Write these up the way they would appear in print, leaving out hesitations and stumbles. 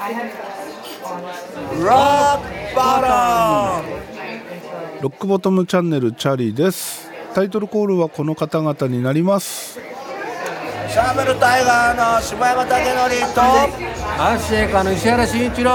ロックボトム。 ロックボトムチャンネルチャーリーです。タイトルコールはこの方々になります。 シャーベルタイガーの下山武則とアッシェイカーの石原慎一郎。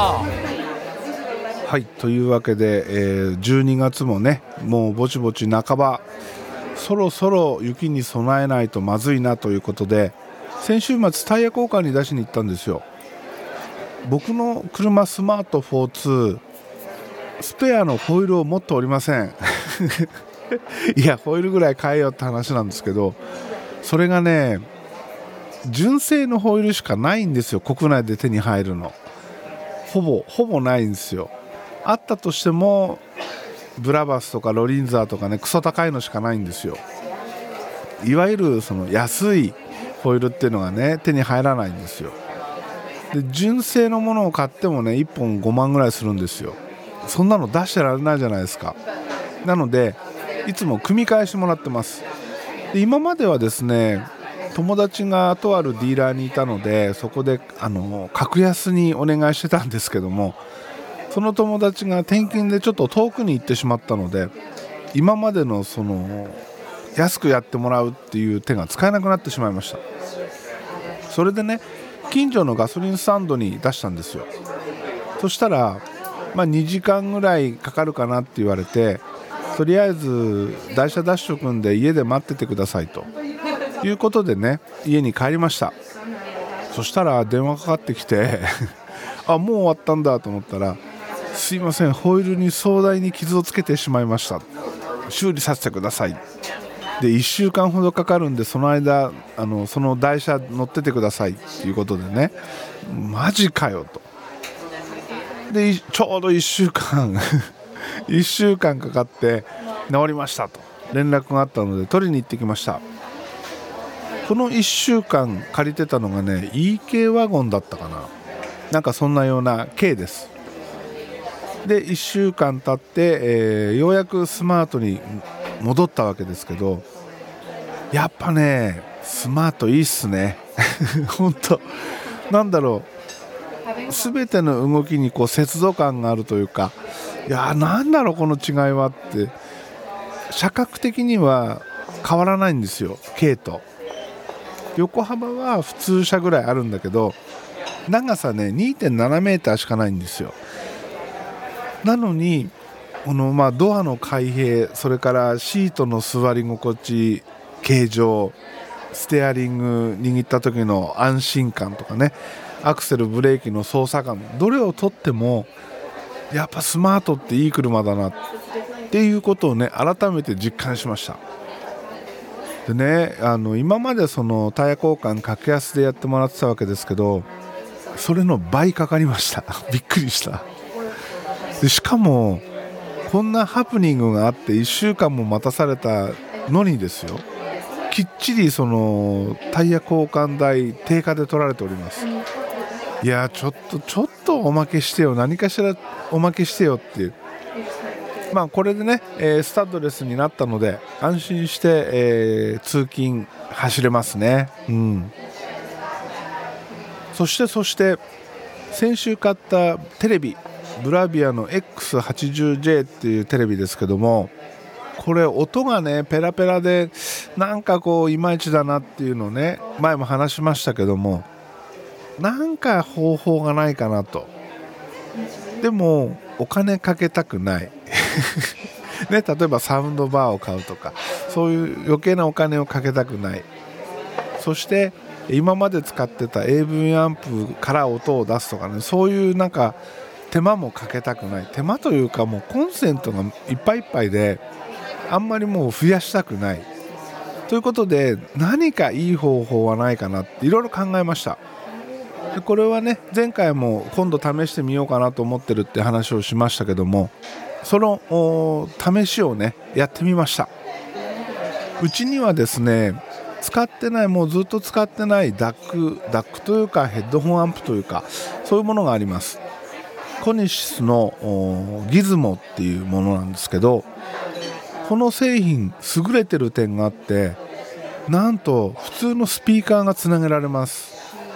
はい、というわけで、12月もねもうぼちぼち半ば、そろそろ雪に備えないとまずいなということで、先週末タイヤ交換に出しに行ったんですよ。僕の車スマート42スペアのホイールを持っておりませんいやホイールぐらい買えよって話なんですけど、それがね純正のホイールしかないんですよ。国内で手に入るのほぼないんですよ。あったとしてもブラバスとかロリンザーとかね、クソ高いのしかないんですよ。いわゆるその安いホイールっていうのがね手に入らないんですよ。で純正のものを買ってもね1本5万ぐらいするんですよ。そんなの出してられないじゃないですか。なのでいつも組み返してもらってます。で今まではですね、友達がとあるディーラーにいたので、そこで格安にお願いしてたんですけども、その友達が転勤でちょっと遠くに行ってしまったので、今までのその安くやってもらうっていう手が使えなくなってしまいました。それでね近所のガソリンスタンドに出したんですよ。そしたら、2時間ぐらいかかるかなって言われて、とりあえず台車出しとくんで家で待っててくださいということでね、家に帰りました。そしたら電話かかってきてあ、もう終わったんだと思ったら、すいません、ホイールに壮大に傷をつけてしまいました、修理させてくださいで、1週間ほどかかるんで、その間その台車乗っててくださいということでね、マジかよと。でちょうど1週間1週間かかって治りましたと連絡があったので取りに行ってきました。この1週間借りてたのがね EK ワゴンだったかな、なんかそんなような軽です。で1週間経って、ようやくスマートに戻ったわけですけど、やっぱねスマートいいっすね本当なんだろう、全ての動きにこう節度感があるというか、いやなんだろうこの違いはって、車格的には変わらないんですよ。軽と横幅は普通車ぐらいあるんだけど、長さね 2.7 メーターしかないんですよ。なのにこのドアの開閉、それからシートの座り心地、形状、ステアリング握った時の安心感とかね、アクセルブレーキの操作感、どれをとってもやっぱスマートっていい車だなっていうことをね改めて実感しました。でね、今までそのタイヤ交換格安でやってもらってたわけですけど、それの倍かかりましたびっくりした。でしかもこんなハプニングがあって1週間も待たされたのにですよ、きっちりそのタイヤ交換代定価で取られております。いやちょっとおまけしてよ、何かしらおまけしてよっていう、これでね、スタッドレスになったので安心して、通勤走れますね。そして先週買ったテレビ、ブラビアの X80J っていうテレビですけども、これ音がねペラペラでなんかこういまいちだなっていうのをね前も話しましたけども、なんか方法がないかなと。でもお金かけたくないね、例えばサウンドバーを買うとか、そういう余計なお金をかけたくない。そして今まで使ってた AV アンプから音を出すとかね、そういうなんか手間もかけたくない。手間というかもうコンセントがいっぱいいっぱいで、あんまりもう増やしたくないということで、何かいい方法はないかなっていろいろ考えました。でこれはね前回も今度試してみようかなと思ってるって話をしましたけども、その試しをねやってみました。うちにはですね使ってない、もうずっと使ってないダックというかヘッドホンアンプというか、そういうものがあります。コニシスのギズモっていうものなんですけど、この製品優れてる点があって、なんと普通のスピーカーがつなげられます。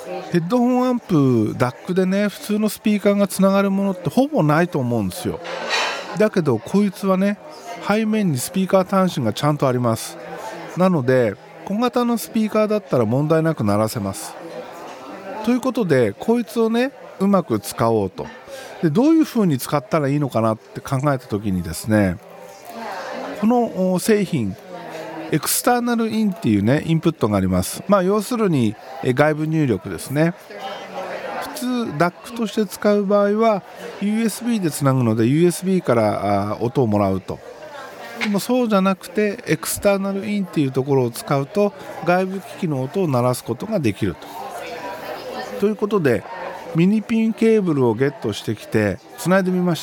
ヘッドホンアンプ DAC でね普通のスピーカーがつながるものってほぼないと思うんですよ。だけどこいつはね背面にスピーカー端子がちゃんとあります。なので小型のスピーカーだったら問題なく鳴らせます。ということでこいつをねうまく使おうと。でどういう風に使ったらいいのかなって考えた時にですね、この製品エクスターナルインっていうねインプットがあります。要するに外部入力ですね。普通 DAC として使う場合は USB でつなぐので USB から音をもらうと。でもそうじゃなくてエクスターナルインっていうところを使うと外部機器の音を鳴らすことができるということでミニピンケーブルをゲットしてきてつないでみました。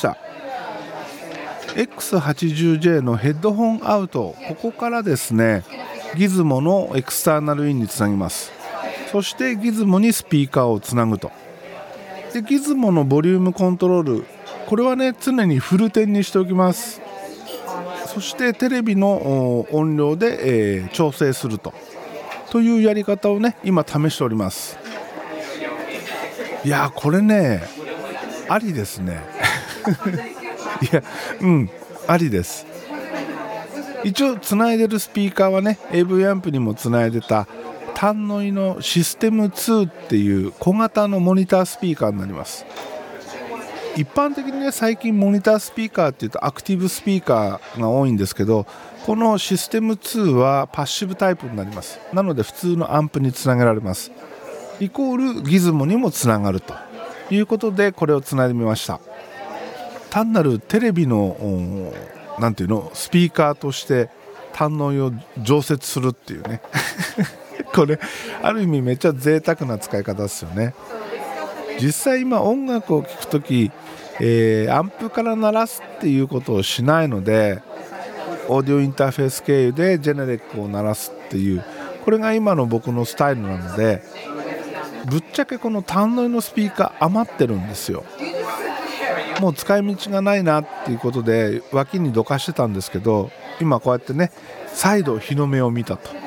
X80J のヘッドホンアウト、ここからですねギズモのエクスターナルインにつなぎます。そしてギズモにスピーカーをつなぐと。でギズモのボリュームコントロール、これはね常にフルテンにしておきます。そしてテレビの音量で、調整するというやり方をね今試しております。いやこれねありですねいやありです。一応つないでるスピーカーはね AV アンプにもつないでたタンノイのシステム2っていう小型のモニタースピーカーになります。一般的にね最近モニタースピーカーっていうとアクティブスピーカーが多いんですけど、このシステム2はパッシブタイプになります。なので普通のアンプにつなげられます。イコールギズモにもつながるということでこれをつないでみました。単なるテレビのなんていうのスピーカーとして単能を常設するっていうねこれある意味めっちゃ贅沢な使い方ですよね。実際今音楽を聴くとき、アンプから鳴らすっていうことをしないのでオーディオインターフェース経由でジェネレックを鳴らすっていう、これが今の僕のスタイルなので、ぶっちゃけこの単能のスピーカー余ってるんですよ。もう使い道がないなっていうことで脇にどかしてたんですけど、今こうやってね再度日の目を見たと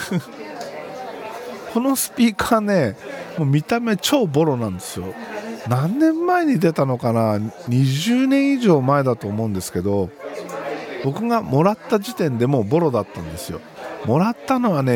このスピーカーねもう見た目超ボロなんですよ。何年前に出たのかな、20年以上前だと思うんですけど、僕がもらった時点でもうボロだったんですよ。もらったのはね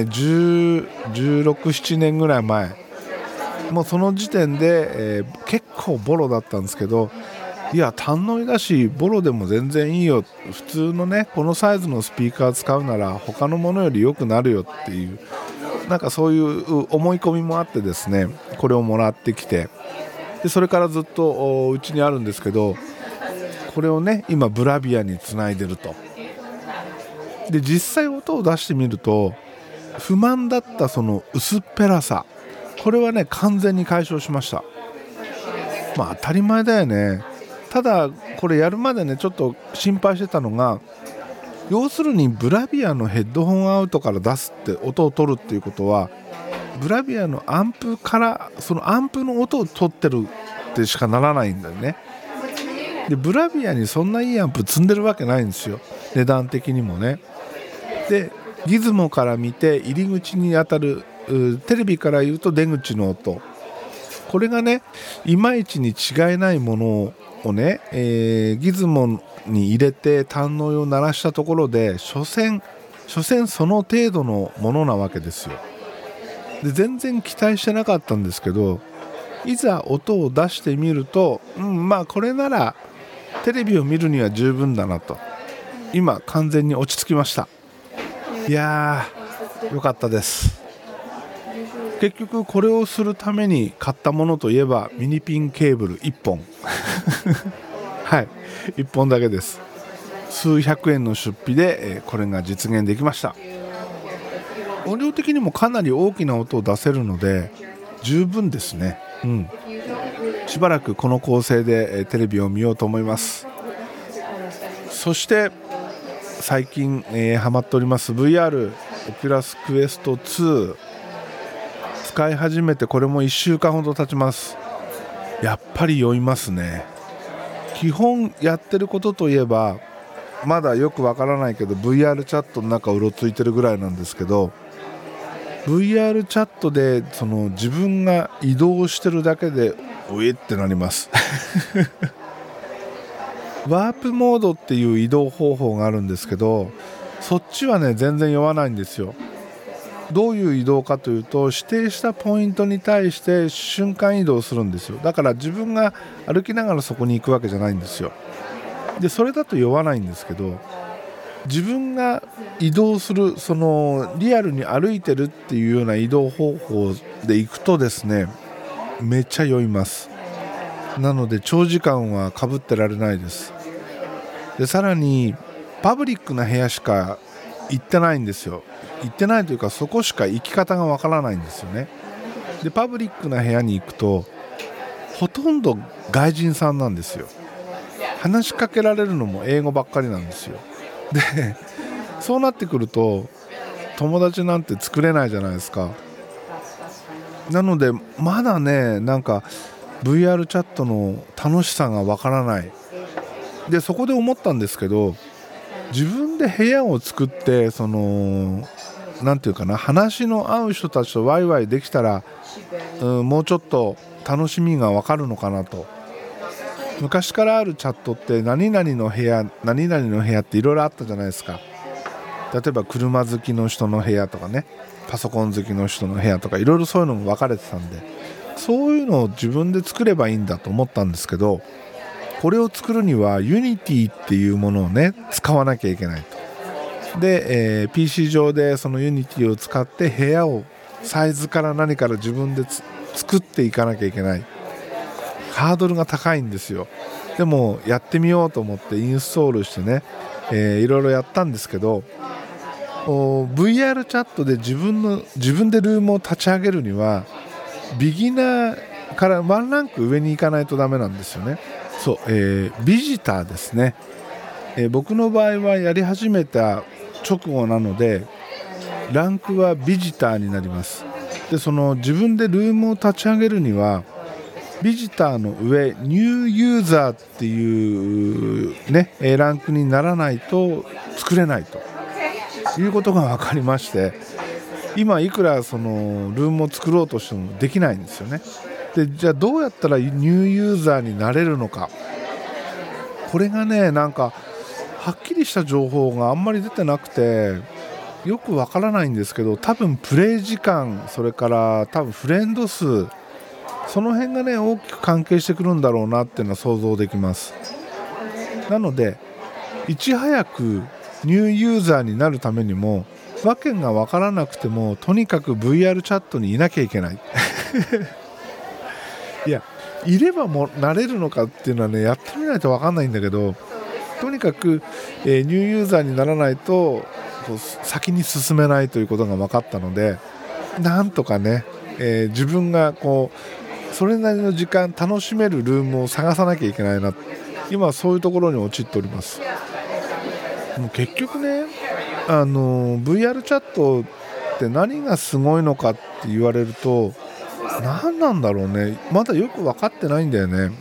16、17年ぐらい前、もうその時点で、結構ボロだったんですけど、いや単能だしボロでも全然いいよ、普通のねこのサイズのスピーカー使うなら他のものより良くなるよっていう、なんかそういう思い込みもあってですね、これをもらってきて、でそれからずっとうちにあるんですけど、これをね今ブラビアにつないでると。で実際音を出してみると不満だったその薄っぺらさ、これはね完全に解消しました。当たり前だよね。ただこれやるまでねちょっと心配してたのが、要するにブラビアのヘッドホンアウトから出すって音を取るっていうことは、ブラビアのアンプからそのアンプの音を取ってるってしかならないんだよね。でブラビアにそんないいアンプ積んでるわけないんですよ、値段的にもね。でギズモから見て入り口に当たるテレビから言うと出口の音、これがねいまいちに違いないものをね、ギズモに入れて単能を鳴らしたところで所詮その程度のものなわけですよ。で全然期待してなかったんですけど、いざ音を出してみると、これならテレビを見るには十分だなと、今完全に落ち着きました。いやーよかったです。結局これをするために買ったものといえばミニピンケーブル1本はい1本だけです。数百円の出費で、これが実現できました。音量的にもかなり大きな音を出せるので十分ですね。しばらくこの構成で、テレビを見ようと思います。そして最近、ハマっております VR オキュラスクエスト2使い始めてこれも1週間ほど経ちます。やっぱり酔いますね。基本やってることといえばまだよくわからないけど VR チャットの中うろついてるぐらいなんですけど、 VR チャットでその自分が移動してるだけでうえってなりますワープモードっていう移動方法があるんですけど、そっちはね全然酔わないんですよ。どういう移動かというと、指定したポイントに対して瞬間移動するんですよ。だから自分が歩きながらそこに行くわけじゃないんですよ。でそれだと酔わないんですけど、自分が移動する、そのリアルに歩いてるっていうような移動方法で行くとですね、めっちゃ酔います。なので長時間はかぶってられないです。でさらにパブリックな部屋しか行ってないんですよ。行ってないというか、そこしか行き方がわからないんですよね。でパブリックな部屋に行くとほとんど外人さんなんですよ。話しかけられるのも英語ばっかりなんですよ。でそうなってくると友達なんて作れないじゃないですか。なのでまだね、なんか VR チャットの楽しさがわからない。でそこで思ったんですけど、自分で部屋を作って、そのなんていうかな、話の合う人たちとワイワイできたら、もうちょっと楽しみがわかるのかなと。昔からあるチャットって何々の部屋何々の部屋っていろいろあったじゃないですか。例えば車好きの人の部屋とかね、パソコン好きの人の部屋とか、いろいろそういうのも分かれてたんで、そういうのを自分で作ればいいんだと思ったんですけど、これを作るには Unity っていうものをね使わなきゃいけないと。で、PC 上でその Unity を使って部屋をサイズから何から自分で作っていかなきゃいけない。ハードルが高いんですよ。でもやってみようと思ってインストールしてね、いろいろやったんですけど、VR チャットで自分でルームを立ち上げるにはビギナーからワンランク上に行かないとダメなんですよね。そう、ビジターですね。僕の場合はやり始めた直後なのでランクはビジターになります。でその自分でルームを立ち上げるにはビジターの上ニューユーザーっていうねランクにならないと作れないということが分かりまして、今いくらそのルームを作ろうとしてもできないんですよね。でじゃあどうやったらニューユーザーになれるのか、これがねなんかはっきりした情報があんまり出てなくてよくわからないんですけど、多分プレイ時間、それから多分フレンド数、その辺がね大きく関係してくるんだろうなっていうのは想像できます。なのでいち早くニューユーザーになるためにも訳が分からなくてもとにかく VR チャットにいなきゃいけないいやいればもなれるのかっていうのはねやってみないと分かんないんだけど、とにかく、ニューユーザーにならないとこう先に進めないということが分かったので、なんとかね、自分がこうそれなりの時間楽しめるルームを探さなきゃいけないな、今はそういうところに陥っております。もう結局ね、VR チャットって何がすごいのかって言われると何なんだろうね、まだよく分かってないんだよね。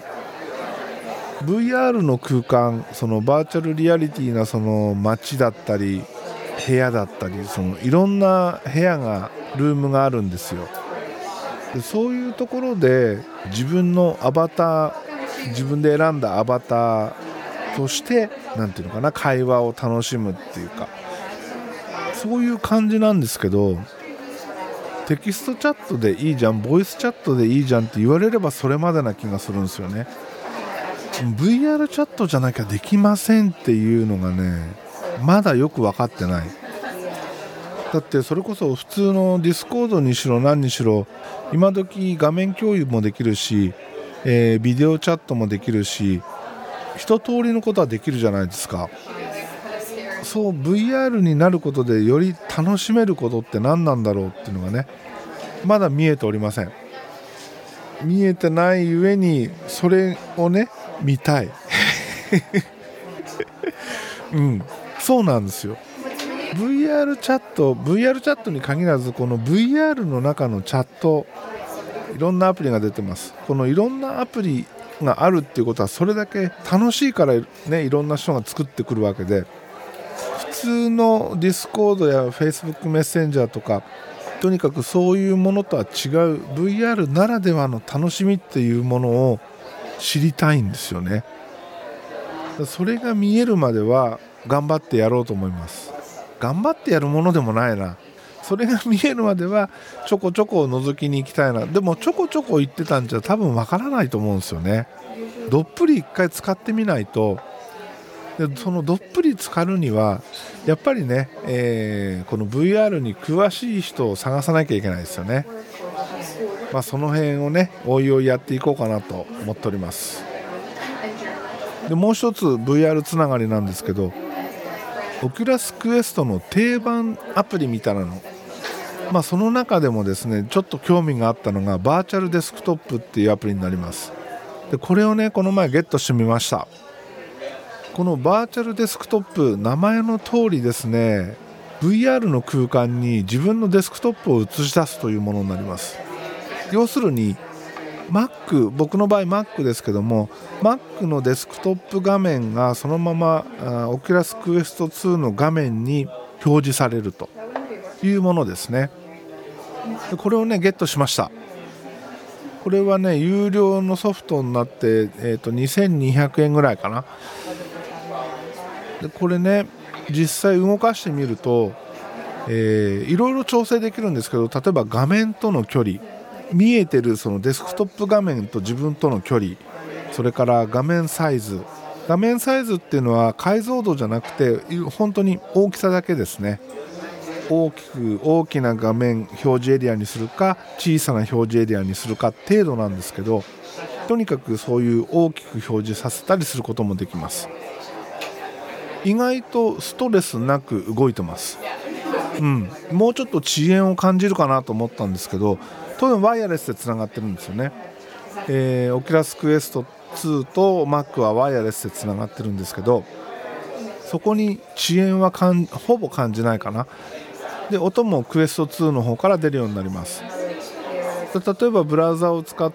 VR の空間、そのバーチャルリアリティなその街だったり部屋だったり、そのいろんな部屋がルームがあるんですよ。でそういうところで自分のアバター、自分で選んだアバターとしてなんていうのかな、会話を楽しむっていうか、そういう感じなんですけど、テキストチャットでいいじゃん、ボイスチャットでいいじゃんって言われればそれまでな気がするんですよね。 VR チャットじゃなきゃできませんっていうのがねまだよく分かってない。だってそれこそ普通のディスコードにしろ何にしろ今時画面共有もできるし、ビデオチャットもできるし一通りのことはできるじゃないですか。そう VR になることでより楽しめることって何なんだろうっていうのがねまだ見えておりません。見えてない上にそれをね見たいそうなんですよ。VR チャットに限らずこの VR の中のチャット、いろんなアプリが出てます。このいろんなアプリがあるっていうことはそれだけ楽しいからねいろんな人が作ってくるわけで、普通のディスコードや Facebook メッセンジャーとかとにかくそういうものとは違う VR ならではの楽しみっていうものを知りたいんですよね。それが見えるまでは頑張ってやろうと思います。頑張ってやるものでもないな、それが見えるまではちょこちょこ覗きに行きたいな。でもちょこちょこ行ってたんじゃ多分わからないと思うんですよね。どっぷり一回使ってみないと。でそのどっぷり浸かるにはやっぱりね、この VR に詳しい人を探さなきゃいけないですよね。その辺をねおいおいやっていこうかなと思っております。でもう一つ VR つながりなんですけど、オキュラスクエストの定番アプリみたいなの、その中でもですねちょっと興味があったのがバーチャルデスクトップっていうアプリになります。でこれをねこの前ゲットしてみました。このバーチャルデスクトップ、名前の通りですね VR の空間に自分のデスクトップを映し出すというものになります。要するに Mac、 僕の場合 Mac ですけども Mac のデスクトップ画面がそのままオキュラスクエスト2の画面に表示されるというものですね。でこれをねゲットしました。これはね有料のソフトになって、2200円ぐらいかな。でこれね実際動かしてみると、いろいろ調整できるんですけど、例えば画面との距離、見えてるそのデスクトップ画面と自分との距離、それから画面サイズっていうのは解像度じゃなくて本当に大きさだけですね。大きな画面表示エリアにするか小さな表示エリアにするか程度なんですけど、とにかくそういう大きく表示させたりすることもできます。意外とストレスなく動いてます。もうちょっと遅延を感じるかなと思ったんですけど、当然ワイヤレスでつながってるんですよね。オキュラスクエスト2と Mac はワイヤレスでつながってるんですけど、そこに遅延はほぼ感じないかな。で音もクエスト2の方から出るようになります。例えばブラウザを使って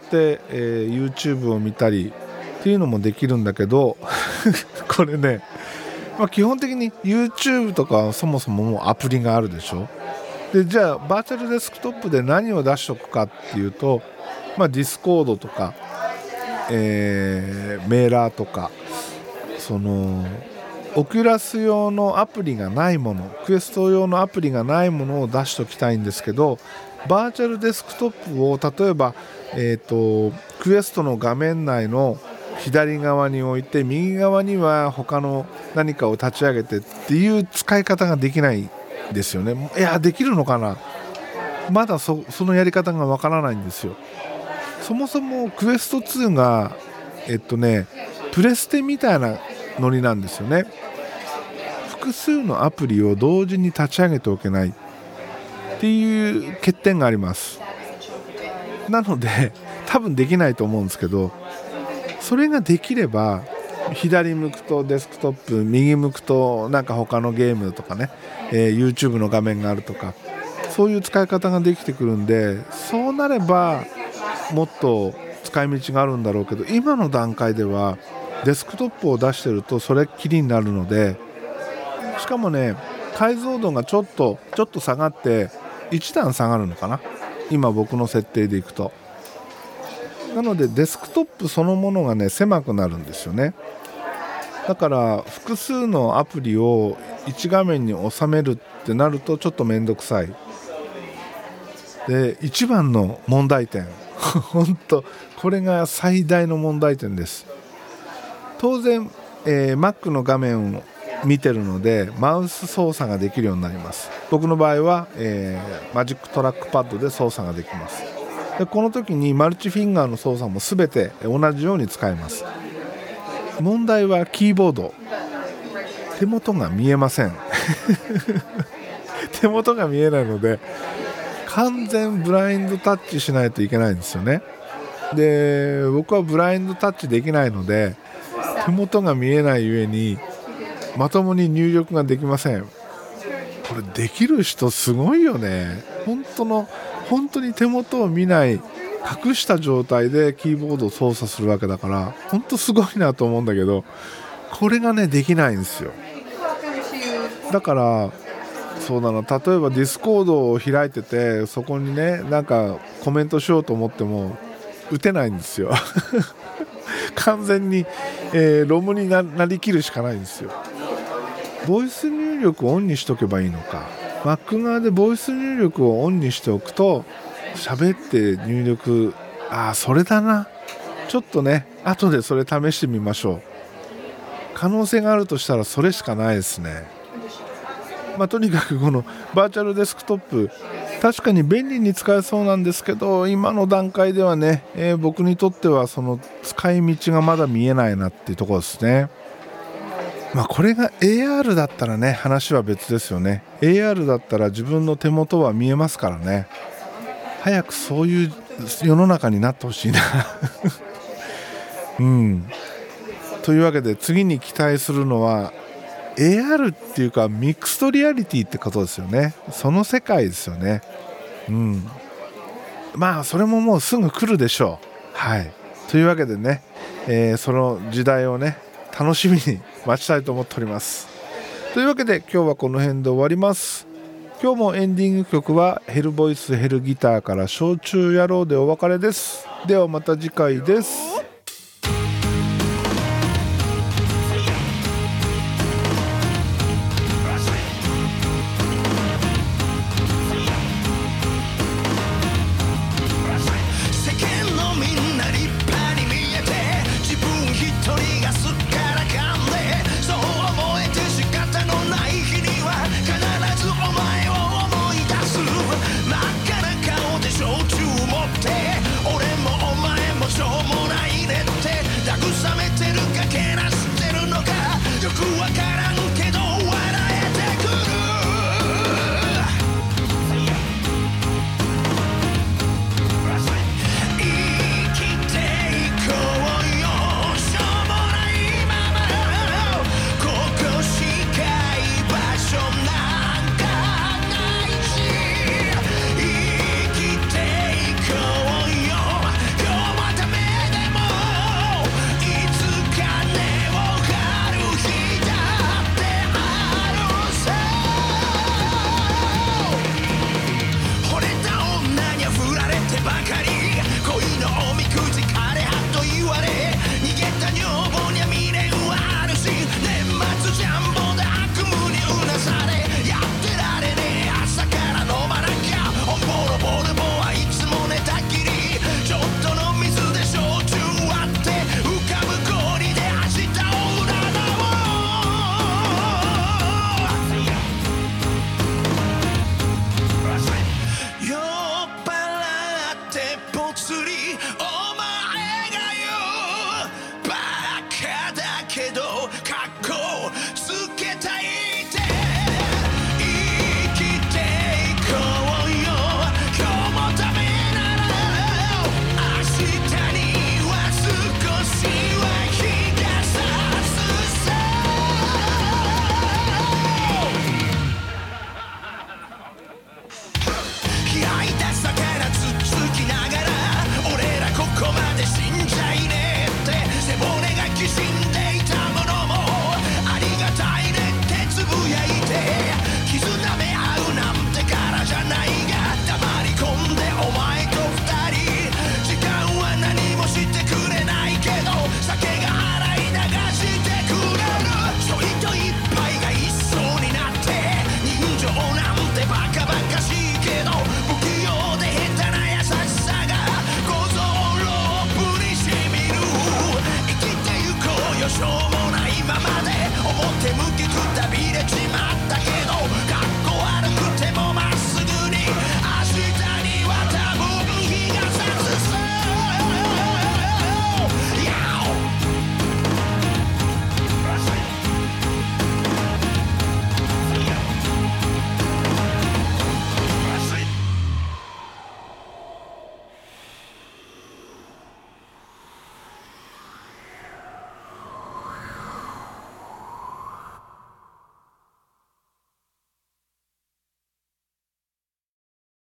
、YouTube を見たりっていうのもできるんだけどこれね、基本的に YouTube とかはそもそももうアプリがあるでしょ。でじゃあバーチャルデスクトップで何を出しておくかっていうと、ディスコードとか、メーラーとか、そのオキュラス用のアプリがないもの、クエスト用のアプリがないものを出しておきたいんですけど、バーチャルデスクトップを例えば、クエストの画面内の左側に置いて右側には他の何かを立ち上げてっていう使い方ができないですよね。いやできるのかな、まだそのやり方がわからないんですよ。そもそもクエスト2がプレステみたいなノリなんですよね。複数のアプリを同時に立ち上げておけないっていう欠点があります。なので多分できないと思うんですけど、それができれば左向くとデスクトップ、右向くとなんか他のゲームとかね、YouTube の画面があるとか、そういう使い方ができてくるんで、そうなればもっと使い道があるんだろうけど、今の段階ではデスクトップを出してるとそれっきりになるので、しかもね解像度がちょっと下がって1段下がるのかな、今僕の設定でいくと。なのでデスクトップそのものがね狭くなるんですよね。だから複数のアプリを1画面に収めるってなるとちょっとめんどくさい。で一番の問題点本当これが最大の問題点です。当然、Mac の画面を見てるのでマウス操作ができるようになります。僕の場合は、マジックトラックパッドで操作ができます。でこの時にマルチフィンガーの操作も全て同じように使えます。問題はキーボード、手元が見えません手元が見えないので完全ブラインドタッチしないといけないんですよね。で僕はブラインドタッチできないので手元が見えないゆえにまともに入力ができません。これできる人すごいよね。本当に手元を見ない隠した状態でキーボードを操作するわけだから本当すごいなと思うんだけど、これがねできないんですよ。だからそうなの。例えばディスコードを開いてて、そこにねなんかコメントしようと思っても打てないんですよ完全に、ロムに なりきるしかないんですよ。ボイス入力をオンにしとけばいいのか。 Mac 側でボイス入力をオンにしておくと喋って入力、それだな。ちょっとね後でそれ試してみましょう。可能性があるとしたらそれしかないですね。とにかくこのバーチャルデスクトップ確かに便利に使えそうなんですけど、今の段階ではね、僕にとってはその使い道がまだ見えないなっていうところですね。これが AR だったらね話は別ですよね。 AR だったら自分の手元は見えますからね。早くそういう世の中になってほしいなというわけで次に期待するのは AR っていうかミックストリアリティってことですよね。その世界ですよね。それももうすぐ来るでしょう。というわけでね、その時代をね楽しみに待ちたいと思っております。というわけで今日はこの辺で終わります。今日もエンディング曲はヘルボイスヘルギターから焼酎野郎でお別れです。ではまた次回です。